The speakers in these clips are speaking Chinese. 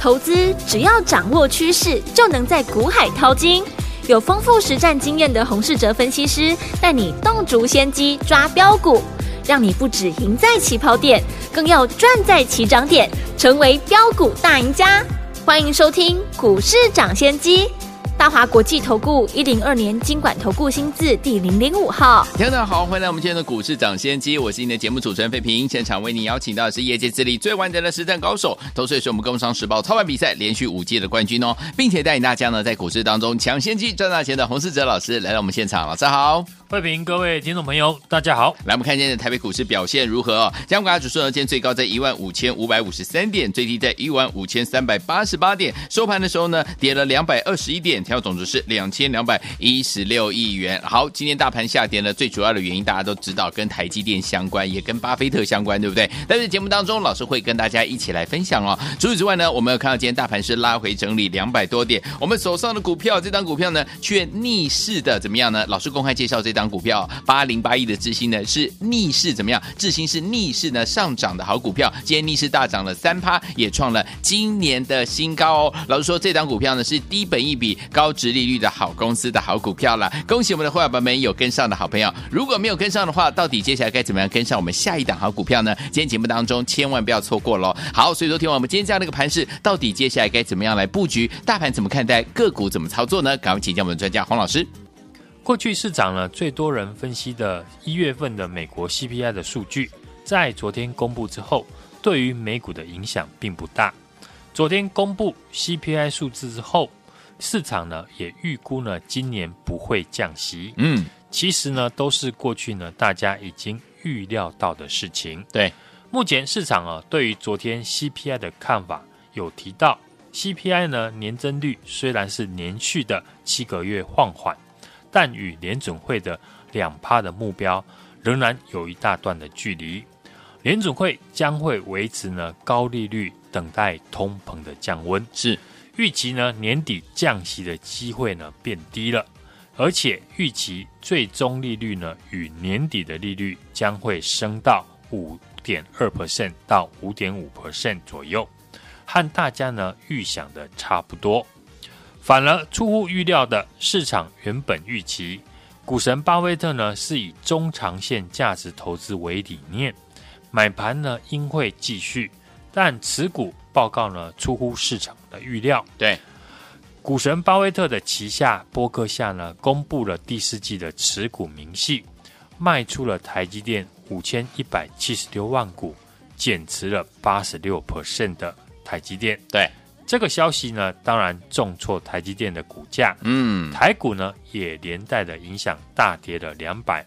投资只要掌握趋势，就能在股海淘金。有丰富实战经验的洪士哲分析师带你洞烛先机抓标股，让你不只赢在起跑点，更要赚在起涨点，成为标股大赢家。欢迎收听股市涨先机，大华国际投顾102年金管投顾新字第005号。 听众大家好，欢迎来我们今天的股市涨先机，我是您的节目主持人费平。现场为您邀请到的是业界资历最完整的实战高手，同时也是我们工商时报操盘比赛连续5届的冠军哦，并且带领大家呢在股市当中抢先机赚大钱的洪士哲老师来到我们现场。老师好。 慧平，各位听众朋友大家好。 来，我们看今天的台北股市表现如何加权指数呢，今天最高在15553点，最低在15388点，收盘的时候呢跌了221点，成交总值是2216亿元。好，今天大盘下跌呢，最主要的原因大家都知道，跟台积电相关，也跟巴菲特相关，对不对？但是节目当中老师会跟大家一起来分享哦。除此之外呢，我们有看到今天大盘是拉回整理200多点，我们手上的股票，这张股票呢却逆势的怎么样呢？老师公开介绍这档股票8081的智新呢是逆势怎么样？智新是逆势呢上涨的好股票，今天逆势大涨了3%，也创了今年的新高哦。老师说这档股票呢是低本益比、高殖利率的好公司的好股票啦。恭喜我们的会员们有跟上的好朋友，如果没有跟上的话，到底接下来该怎么样跟上我们下一档好股票呢？今天节目当中千万不要错过咯。好，所以说听完我们今天这样的一个盘势，到底接下来该怎么样来布局？大盘怎么看待？个股怎么操作呢？赶快请教我们的专家黄老师。 过去市场呢最多人分析的1月份的美国 CPI 的数据，在昨天公布之后，对于美股的影响并不大。昨天公布 CPI 数字之后，市场呢也预估呢今年不会降息。其实呢都是过去呢大家已经预料到的事情。 对， 目前市场对于昨天 CPI 的看法有提到 ，CPI 呢年增率虽然是连续的7个月放缓，但与联准会的2%的目标仍然有一大段的距离。联准会将会维持呢高利率，等待通膨的降温。 是预期呢年底降息的机会呢变低了，而且预期最终利率呢与年底的利率将会升到 5.2% 到 5.5% 左右，和大家呢预想的差不多。反而出乎预料的，市场原本预期股神巴菲特呢是以中长线价值投资为理念，买盘呢应会继续，但持股报告呢出乎市场的预料。 对， 股神巴菲特的旗下波克夏呢公布了第4季的持股明细，卖出了台积电5176万股，减持了 86% 的台积电。 对， 这个消息呢当然重挫台积电的股价，台股呢也连带的影响大跌了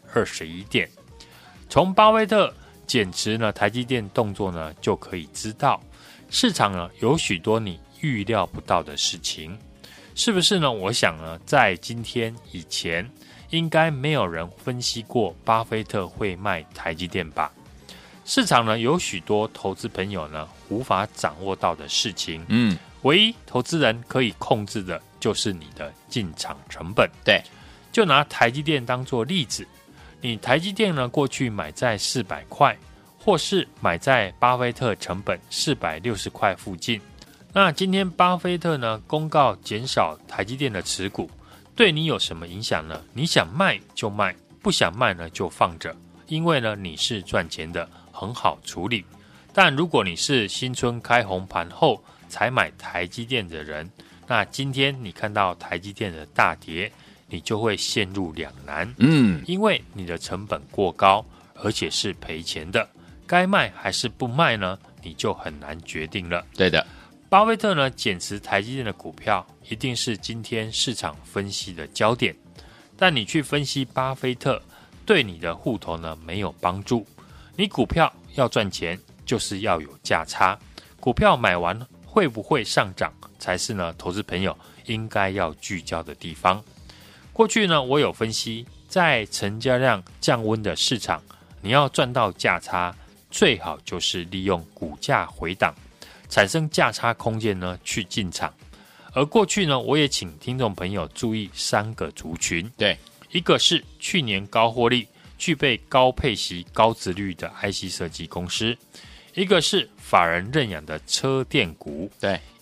221点。从巴菲特减持呢台积电动作呢就可以知道，市场呢有许多你预料不到的事情，是不是呢？我想呢在今天以前应该没有人分析过巴菲特会卖台积电吧。市场呢有许多投资朋友呢无法掌握到的事情，唯一投资人可以控制的就是你的进场成本。对，就拿台积电当作例子，你台积电呢过去买在400块，或是买在巴菲特成本460块附近，那今天巴菲特呢公告减少台积电的持股，对你有什么影响呢？你想卖就卖，不想卖呢就放着，因为呢你是赚钱的，很好处理。但如果你是新春开红盘后才买台积电的人，那今天你看到台积电的大跌，你就会陷入两难。因为你的成本过高，而且是赔钱的，该卖还是不卖呢？你就很难决定了。 对的， 巴菲特呢减持台积电的股票，一定是今天市场分析的焦点。但你去分析巴菲特，对你的户头呢没有帮助。你股票要赚钱，就是要有价差。股票买完会不会上涨，才是呢投资朋友应该要聚焦的地方。过去呢，我有分析，在成交量降温的市场，你要赚到价差，最好就是利用股价回档，产生价差空间呢去进场。而过去呢，我也请听众朋友注意3个族群。 对， 一个是去年高获利、具备高配息、高殖率的 IC 设计公司，一个是法人认养的车电股， 对，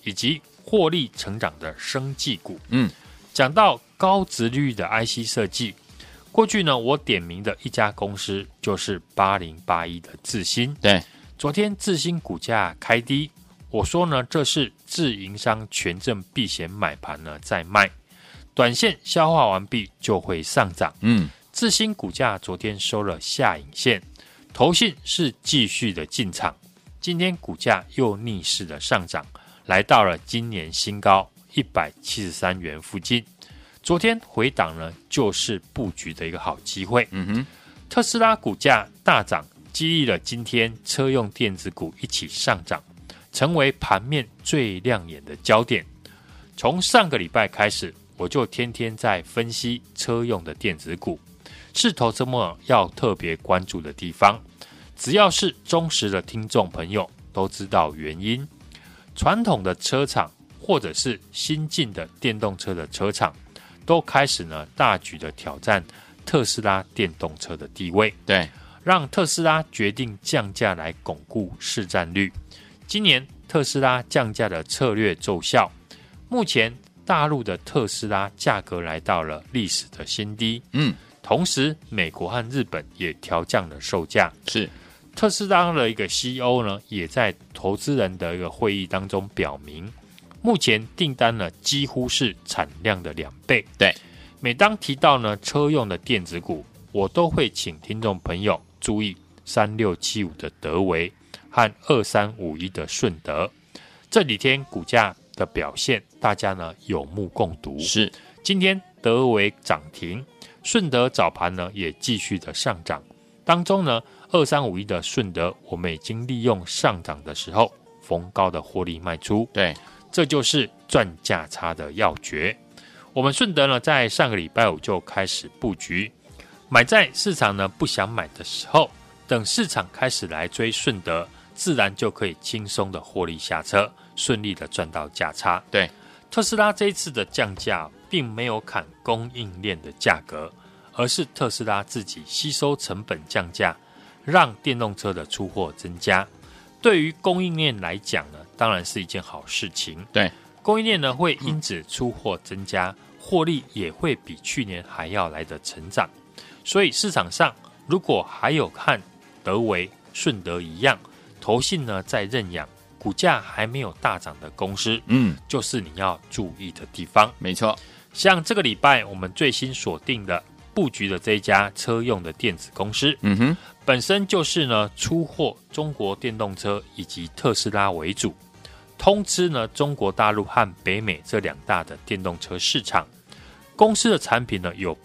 以及获利成长的生技股。讲到高殖利率的 IC 设计，过去呢我点名的一家公司就是8081的智新。 对， 昨天智新股价开低，我说呢这是自营商权证避险买盘呢在卖，短线消化完毕就会上涨。智新股价昨天收了下影线，投信是继续的进场，今天股价又逆势的上涨，来到了今年新高173元附近。昨天回档呢，就是布局的一个好机会。特斯拉股价大涨，激励了今天车用电子股一起上涨，成为盘面最亮眼的焦点。从上个礼拜开始，我就天天在分析车用的电子股，是投资者要特别关注的地方。只要是忠实的听众朋友都知道原因，传统的车厂或者是新进的电动车的车厂，都开始呢大举的挑战特斯拉电动车的地位， 对， 让特斯拉决定降价来巩固市占率。今年特斯拉降价的策略奏效，目前大陆的特斯拉价格来到了历史的新低。同时美国和日本也调降了售价。 是特斯拉的一个 CEO 呢，也在投资人的一个会议当中表明，目前订单呢几乎是产量的2倍。 对， 每当提到呢车用的电子股，我都会请听众朋友注意3675的德微和2351的顺德。这几天股价的表现，大家呢有目共睹。 是， 今天德微涨停，顺德早盘呢也继续的上涨。当中呢2351的顺德，我们已经利用上涨的时候逢高的获利卖出。 对， 这就是赚价差的要诀。我们顺德呢，在上个礼拜5就开始布局，买在市场呢不想买的时候，等市场开始来追顺德，自然就可以轻松的获利下车，顺利的赚到价差。 对， 特斯拉这一次的降价，并没有砍供应链的价格，而是特斯拉自己吸收成本降价，让电动车的出货增加。对于供应链来讲呢，当然是一件好事情。 对， 供应链呢会因此出货增加，获利也会比去年还要来的成长。所以市场上如果还有和德微、顺德一样，投信呢在认养，股价还没有大涨的公司，就是你要注意的地方。 没错， 像这个礼拜我们最新锁定的布局的这一家车用的电子公司，本身就是呢出货中国电动车以及特斯拉为主，通吃呢中国大陆和北美这2大的电动车市场。公司的产品呢有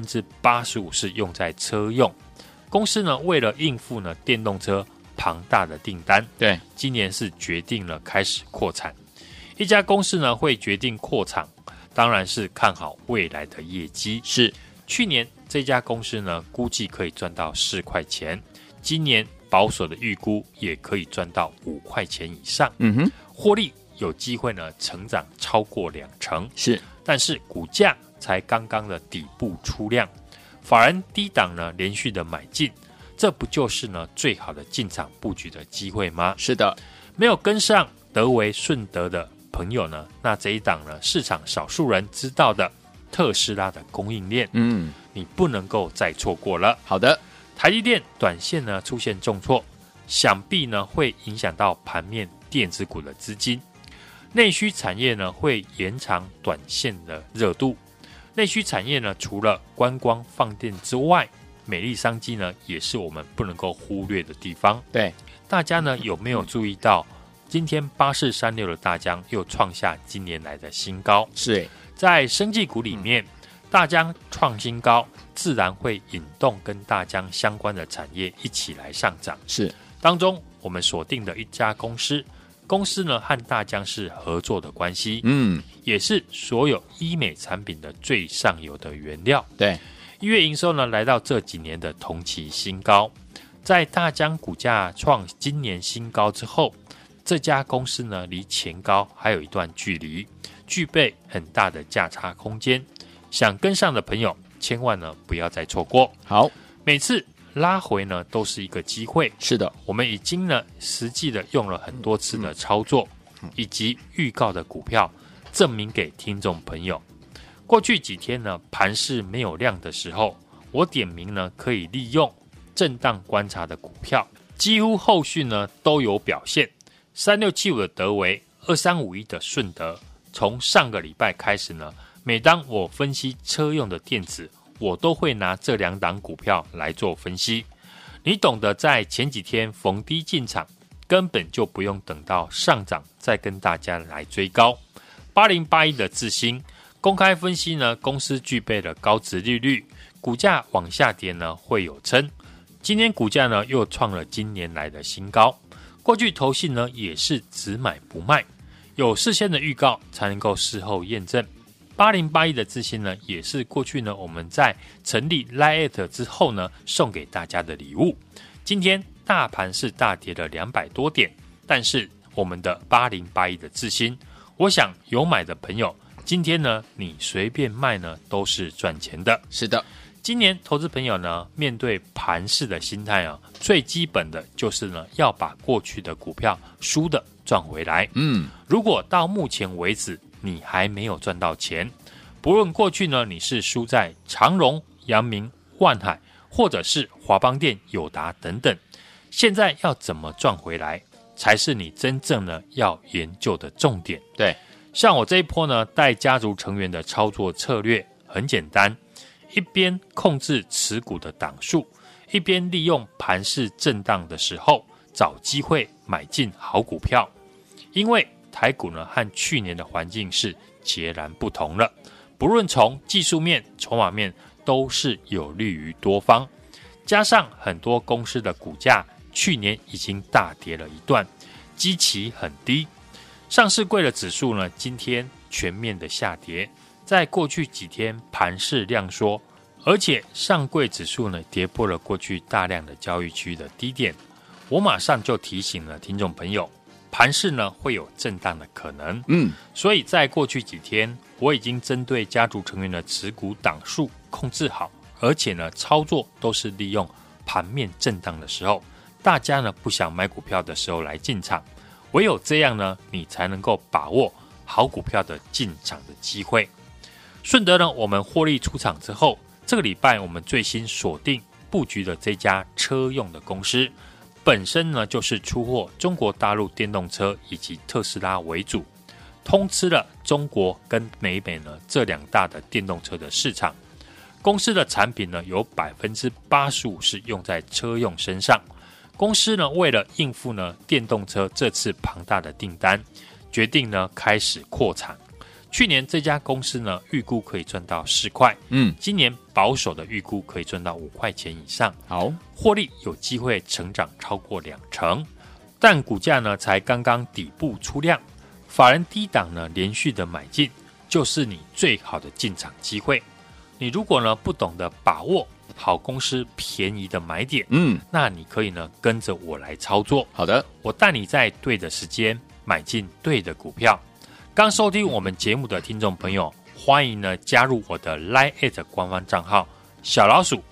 85% 是用在车用。公司呢为了应付呢电动车庞大的订单， 对， 今年是决定了开始扩产。一家公司呢会决定扩厂，当然是看好未来的业绩。 是， 去年这家公司呢估计可以赚到4块钱，今年保守的预估也可以赚到5块钱以上。获利有机会呢成长超过2成。 是， 但是股价才刚刚的底部出量，法人低档呢连续的买进，这不就是呢最好的进场布局的机会吗？ 是的， 没有跟上德微、顺德的朋友呢，那这一档呢市场少数人知道的特斯拉的供应链，你不能够再错过了。 好的， 台积电短线呢出现重挫，想必呢会影响到盘面电子股的资金。内需产业呢会延长短线的热度。内需产业呢除了观光放电之外，美丽商机呢也是我们不能够忽略的地方。 对， 大家呢有没有注意到今天8436的大江又创下今年来的新高？ 是， 在生技股里面，大江创新高，自然会引动跟大江相关的产业一起来上涨。 是， 当中我们锁定的一家公司呢和大江是合作的关系，也是所有医美产品的最上游的原料。 对 ，1月营收呢来到这几年的同期新高，在大江股价创今年新高之后，这家公司呢离前高还有一段距离，具备很大的价差空间。想跟上的朋友，千万呢不要再错过。 好， 每次拉回呢都是一个机会。 是的， 我们已经呢实际的用了很多次的操作， 以及预告的股票，证明给听众朋友。过去几天呢，盘势没有量的时候，我点名呢可以利用震荡观察的股票，几乎后续呢都有表现。3675的德微，2351的顺德，从上个礼拜开始呢，每当我分析车用的电子，我都会拿这2档股票来做分析。你懂得在前几天逢低进场，根本就不用等到上涨再跟大家来追高。8081的智新，公开分析呢，公司具备了高殖利率，股价往下跌呢会有撑。今天股价呢又创了今年来的新高。过去投信呢也是只买不卖，有事先的预告才能够事后验证。8081的智新呢也是过去呢我们在成立 LINE@ 之后呢送给大家的礼物。今天大盘是大跌了200多点，但是我们的8081的智新，我想有买的朋友，今天呢你随便卖呢都是赚钱的。 是的， 今年投资朋友呢，面对盘势的心态啊，最基本的就是呢，要把过去的股票输的赚回来。如果到目前为止你还没有赚到钱，不论过去呢你是输在长荣、阳明、万海，或者是华邦电、友达等等，现在要怎么赚回来，才是你真正呢要研究的重点。 对， 像我这一波呢，带家族成员的操作策略很简单。一边控制持股的档数，一边利用盘势震荡的时候找机会买进好股票。因为台股呢和去年的环境是截然不同了，不论从技术面、筹码面都是有利于多方。加上很多公司的股价去年已经大跌了一段，基期很低。上市柜的指数呢今天全面的下跌。在过去几天盘势量缩，而且上柜指数呢跌破了过去大量的交易区的低点，我马上就提醒了听众朋友，盘势呢会有震荡的可能。所以在过去几天，我已经针对家族成员的持股档数控制好，而且呢操作都是利用盘面震荡的时候，大家呢不想买股票的时候来进场，唯有这样呢，你才能够把握好股票的进场的机会。顺德呢，我们获利出场之后，这个礼拜我们最新锁定布局的这家车用的公司，本身呢就是出货中国大陆电动车以及特斯拉为主，通吃了中国跟美呢这2大的电动车的市场。公司的产品呢有 85% 是用在车用身上。公司呢为了应付呢电动车这次庞大的订单，决定呢开始扩产。去年这家公司呢预估可以赚到10块，今年保守的预估可以赚到5块钱以上，好，获利有机会成长超过2成，但股价呢才刚刚底部出量，法人低档呢连续的买进，就是你最好的进场机会。你如果呢不懂得把握好公司便宜的买点，那你可以呢跟着我来操作。 好的， 我带你在对的时间买进对的股票。刚收听我们节目的听众朋友，欢迎呢加入我的 LINE@ 官方账号小老鼠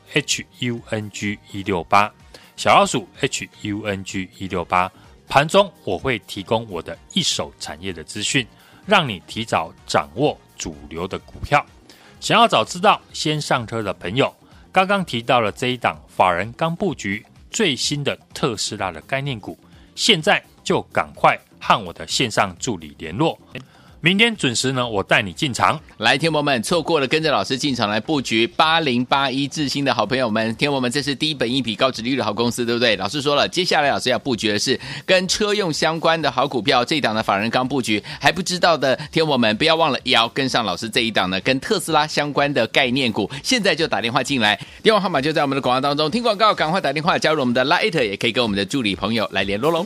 HUNG168， 小老鼠 HUNG168， 盘中我会提供我的一手产业的资讯，让你提早掌握主流的股票。想要早知道先上车的朋友，刚刚提到了这一档法人刚布局最新的特斯拉的概念股，现在就赶快和我的线上助理联络，明天准时呢，我带你进场。 来，天友们，错过了跟着老师进场来布局8081智新的好朋友们，天友们，这是低本益比高殖利率的好公司，对不对？老师说了，接下来老师要布局的是跟车用相关的好股票，这一档的法人刚布局，还不知道的天友们，不要忘了也要跟上老师这一档呢，跟特斯拉相关的概念股，现在就打电话进来，电话号码就在我们的广告当中，听广告赶快打电话加入我们的 LINE， 也可以跟我们的助理朋友来联络咯。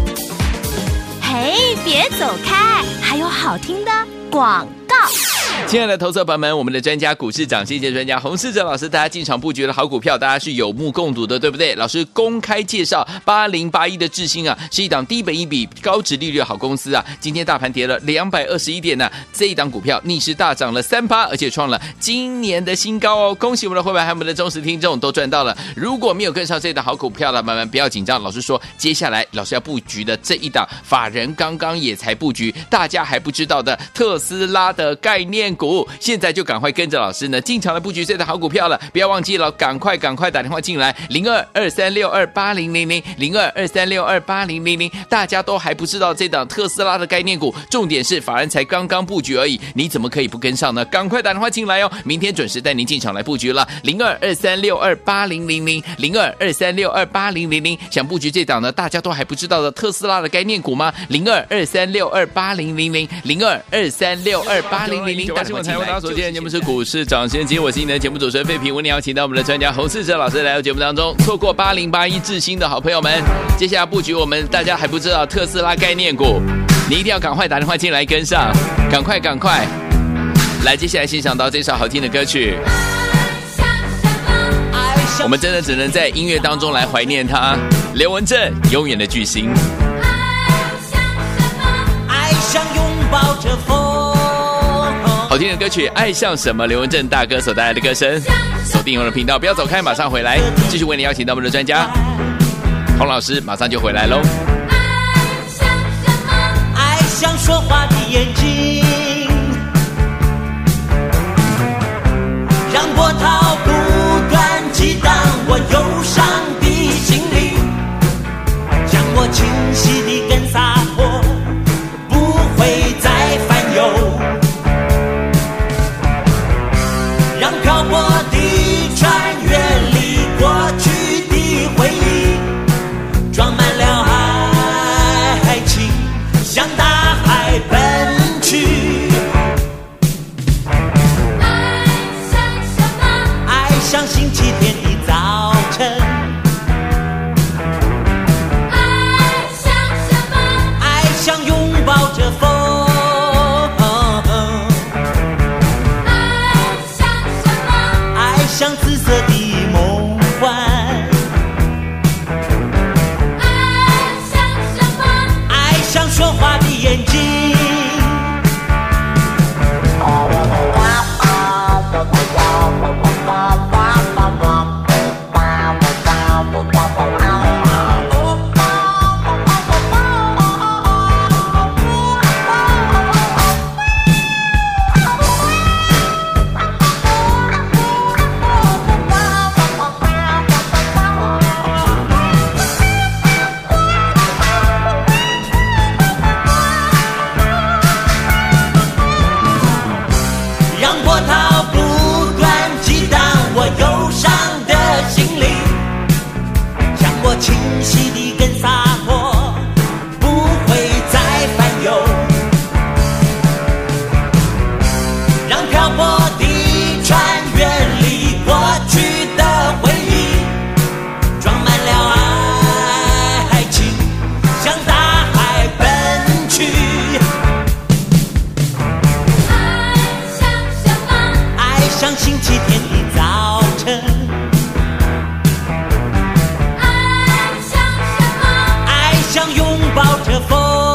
嘿，别走开，还有好听的广告。 亲爱的投资者朋友们，我们的专家股市长，谢谢专家洪士哲老师，大家进场布局的好股票，大家是有目共睹的，对不对？老师公开介绍8081的智新啊，是一档低本益比、高殖利率的好公司啊。今天大盘跌了221点呢，这一档股票逆势大涨了3%，而且创了今年的新高哦！恭喜我们的会员和我们的忠实听众都赚到了。如果没有跟上这一档好股票了，慢慢不要紧张。老师说，接下来老师要布局的这一档，法人刚刚也才布局，大家还不知道的特斯拉的概念股，现在就赶快跟着老师呢进场来布局这档好股票了，不要忘记了，赶快打电话进来，0223628000，0223628000，大家都还不知道这档特斯拉的概念股，重点是法人才刚刚布局而已，你怎么可以不跟上呢？赶快打电话进来哦，明天准时带您进场来布局了，0223628000，0223628000，想布局这档呢大家都还不知道的特斯拉的概念股吗？0223628000，0223628000，打电话进来。大家所见的节目是股市涨先机，我是你的节目主持人费平，我们邀请到我们的专家洪士哲老师来到节目当中。错过8081智新的好朋友们，接下来布局我们大家还不知道特斯拉概念股，你一定要赶快打电话进来跟上，赶快来，接下来欣赏到这首好听的歌曲，我们真的只能在音乐当中来怀念他，刘文正永远的巨星。 爱像拥抱着风， 好听的歌曲《爱像什么》，刘文正大哥所带来的歌声。锁定我的频道，不要走开，马上回来，继续为你邀请到我们的专家洪老师，马上就回来喽。 爱像说话的眼睛，让波涛不断激荡我忧伤的心灵，将我清晰的更洒脱，不会再烦忧，让漂泊的船远离过去的回忆，装满了爱情，向大海奔去。爱像星期天的早晨，爱像拥抱着风，爱像紫色的梦幻，爱像说话的眼睛，让波涛不断激荡我忧伤的心灵，将我清晰的更洒脱，不会再烦忧，让漂泊的船远离过去的回忆，装满了爱情，向大海奔去。像星期天的早晨，爱像拥抱着风。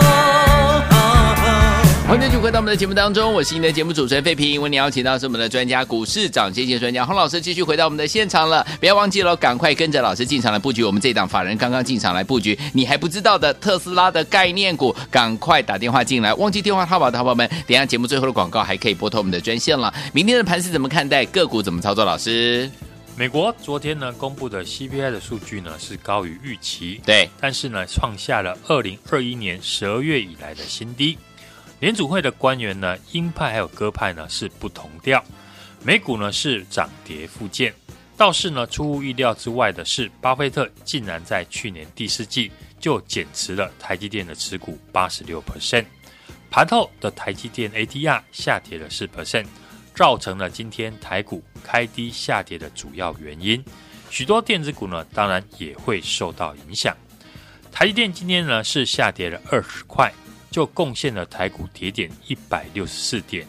欢迎继续回到我们的节目当中，我是你的节目主持人费平，为你邀请到是我们的专家股市长跌线专家洪老师，继续回到我们的现场了。不要忘记了，赶快跟着老师进场来布局我们这档法人刚刚进场来布局你还不知道的特斯拉的概念股，赶快打电话进来，忘记电话号码的好朋友们，等一下节目最后的广告还可以拨通我们的专线了。明天的盘势怎么看待，个股怎么操作？老师， 美国昨天呢公布的 CPI 的数据呢是高于预期， 对， 但是呢创下了2021年12月以来的新低。联储会的官员呢，鹰派还有鸽派呢是不同调，美股呢是涨跌互见。倒是呢出乎意料之外的是，巴菲特竟然在去年第4季就减持了台积电的持股 86%， 盘后的台积电 ADR 下跌了 4%， 造成了今天台股开低下跌的主要原因。许多电子股呢当然也会受到影响。台积电今天呢是下跌了20块，就贡献了台股跌点164点，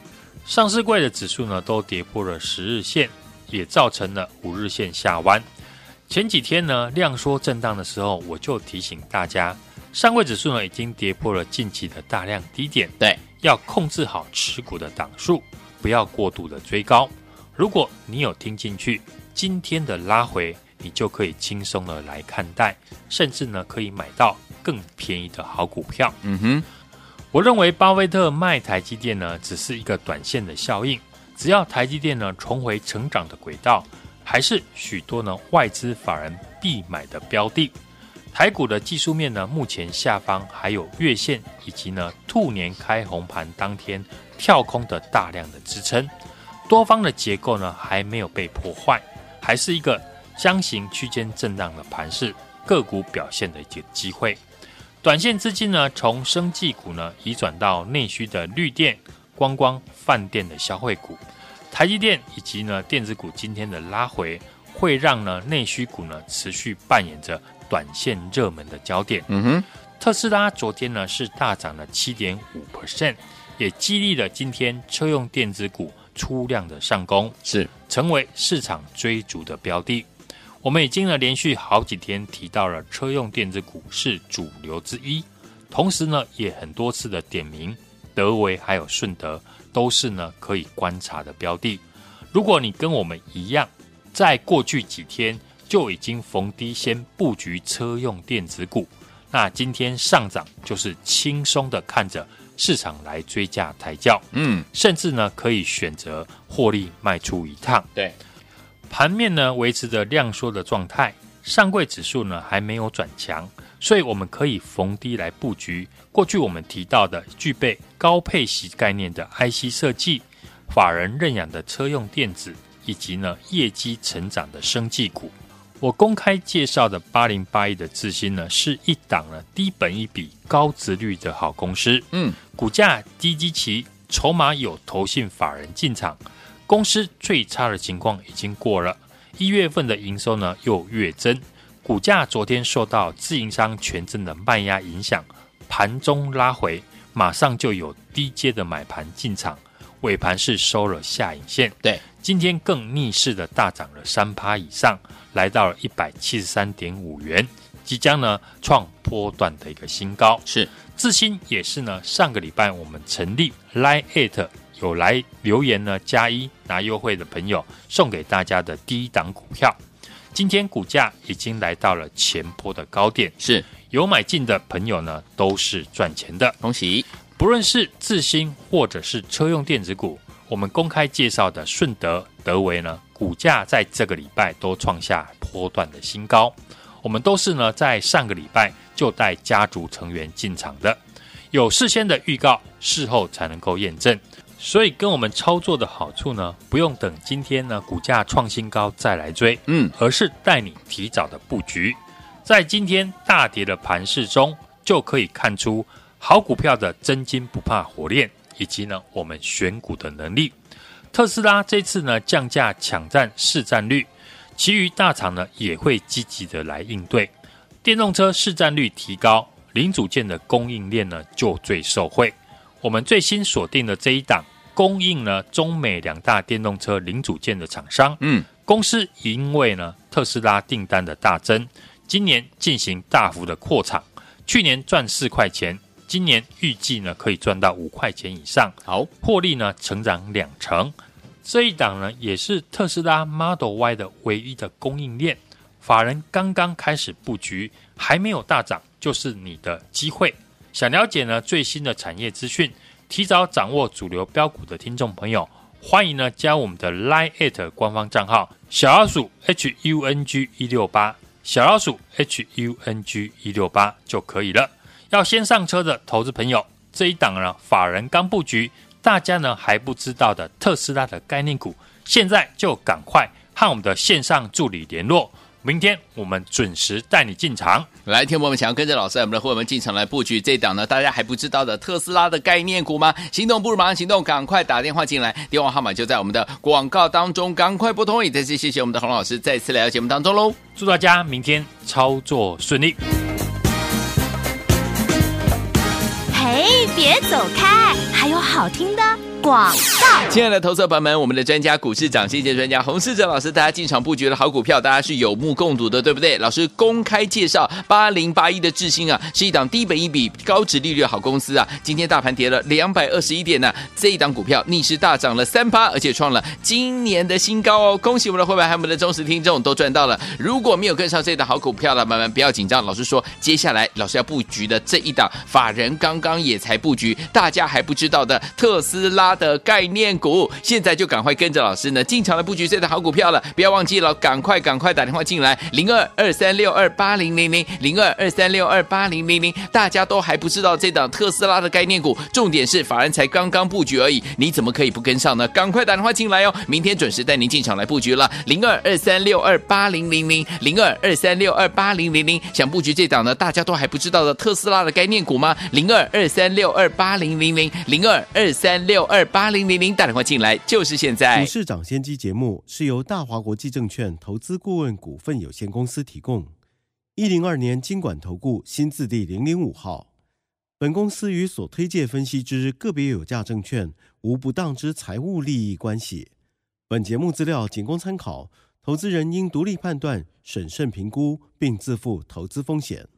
上市柜的指数呢都跌破了10日线，也造成了5日线下弯。前几天呢量缩震荡的时候，我就提醒大家，上柜指数呢已经跌破了近期的大量低点， 对， 要控制好持股的档数，不要过度的追高。如果你有听进去，今天的拉回你就可以轻松的来看待，甚至呢可以买到更便宜的好股票。我认为巴菲特卖台积电呢只是一个短线的效应，只要台积电呢重回成长的轨道，还是许多呢外资法人必买的标的。台股的技术面呢目前下方还有月线以及呢兔年开红盘当天跳空的大量的支撑，多方的结构呢还没有被破坏，还是一个箱型区间震荡的盘势，个股表现的一个机会。短线资金呢从生技股呢移转到内需的绿电、观光、饭店的消费股。台积电以及呢电子股今天的拉回，会让呢内需股呢持续扮演着短线热门的焦点。特斯拉昨天呢是大涨了 7.5%， 也激励了今天车用电子股出量的上攻， 是成为市场追逐的标的。我们已经呢连续好几天提到了车用电子股是主流之一，同时呢也很多次的点名德微还有顺德都是呢可以观察的标的。如果你跟我们一样，在过去几天就已经逢低先布局车用电子股，那今天上涨就是轻松的看着市场来追价抬轿，甚至呢可以选择获利卖出一趟。 对， 盘面呢维持着量缩的状态，上柜指数呢还没有转强，所以我们可以逢低来布局过去我们提到的具备高配息概念的 IC 设计、法人认养的车用电子，以及呢业绩成长的生技股。我公开介绍的8081的致新呢，是一档呢低本益比高殖率的好公司，股价低基期，筹码有投信法人进场，公司最差的情况已经过了，1月份的营收呢又月增，股价昨天受到自营商权证的卖压影响，盘中拉回，马上就有低阶的买盘进场，尾盘是收了下影线， 对， 今天更逆势的大涨了 3% 以上，来到了 173.5 元，即将呢创波段的一个新高。 是， 致新也是呢上个礼拜我们成立 Line@ 有来留言呢+1拿优惠的朋友送给大家的第一档股票，今天股价已经来到了前波的高点， 是有买进的朋友呢都是赚钱的， 恭喜。 不论是致新或者是车用电子股，我们公开介绍的顺德、德微呢，股价在这个礼拜都创下波段的新高。我们都是呢在上个礼拜就带家族成员进场的，有事先的预告，事后才能够验证。所以跟我们操作的好处呢，不用等今天呢股价创新高再来追，而是带你提早的布局，在今天大跌的盘势中，就可以看出好股票的真金不怕火炼，以及呢我们选股的能力。特斯拉这次呢降价抢占市占率，其余大厂呢也会积极的来应对。电动车市占率提高，零组件的供应链呢就最受惠。我们最新锁定的这一档，供应呢中美2大电动车零组件的厂商，公司因为呢特斯拉订单的大增，今年进行大幅的扩厂，去年赚4块钱，今年预计呢可以赚到5块钱以上，好，获利呢成长2成。这一档呢也是特斯拉 Model Y 的唯一的供应链，法人刚刚开始布局，还没有大涨，就是你的机会。想了解呢最新的产业资讯，提早掌握主流标股的听众朋友，欢迎呢加我们的 Line@ 官方账号小老鼠 HUNG168， 小老鼠 HUNG168 就可以了。要先上车的投资朋友，这一档呢法人刚布局，大家呢还不知道的特斯拉的概念股，现在就赶快和我们的线上助理联络，明天我们准时带你进场。 来，听我们想要跟着老师我们的伙伴们进场来布局这档呢大家还不知道的特斯拉的概念股吗？行动不如马上行动，赶快打电话进来，电话号码就在我们的广告当中，赶快拨通。也再次谢谢我们的洪老师再次来到节目当中喽， 祝大家明天操作顺利。 嘿，别走开，还有好听的广告。 亲爱的投资者朋友们，我们的专家股市涨跌专家洪士哲老师，大家进场布局的好股票，大家是有目共睹的，对不对？老师公开介绍8081的智新啊，是一档低本益比、高殖利率的好公司啊。今天大盘跌了221点呢，这一档股票逆势大涨了3%，而且创了今年的新高哦！恭喜我们的会员还有我们的忠实听众都赚到了。如果没有跟上这一档好股票的朋友们，不要紧张。老师说，接下来老师要布局的这一档，法人刚刚也才布局，大家还不知道的特斯拉的概念股，现在就赶快跟着老师呢进场来布局这档好股票了。不要忘记了，赶快打电话进来，0223628000，0223628000。大家都还不知道这档特斯拉的概念股，重点是法人才刚刚布局而已，你怎么可以不跟上呢？赶快打电话进来哦，明天准时带您进场来布局了。0223628000，0223628000。想布局这档呢，大家都还不知道的特斯拉的概念股吗？0223628000，0223628000，打电话进来就是现在。 股市涨先机节目是由大华国际证券投资顾问股份有限公司提供，102年金管投顾新字第005号。本公司与所推介分析之个别有价证券无不当之财务利益关系。本节目资料仅供参考，投资人应独立判断、审慎评估，并自负投资风险。